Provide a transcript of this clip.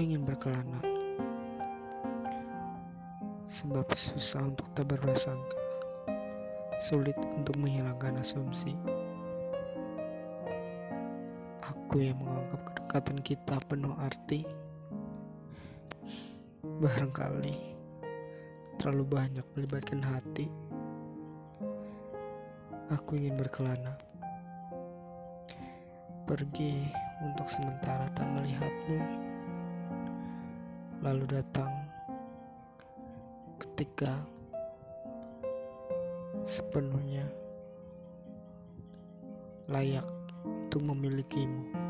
ingin berkelana, sebab susah untuk tak berprasangka, sulit untuk menghilangkan asumsi. Aku yang menganggap kedekatan kita penuh arti, barangkali terlalu banyak melibatkan hati. Aku ingin berkelana, pergi untuk sementara tak melihatmu, lalu datang ketika sepenuhnya layak untuk memilikimu.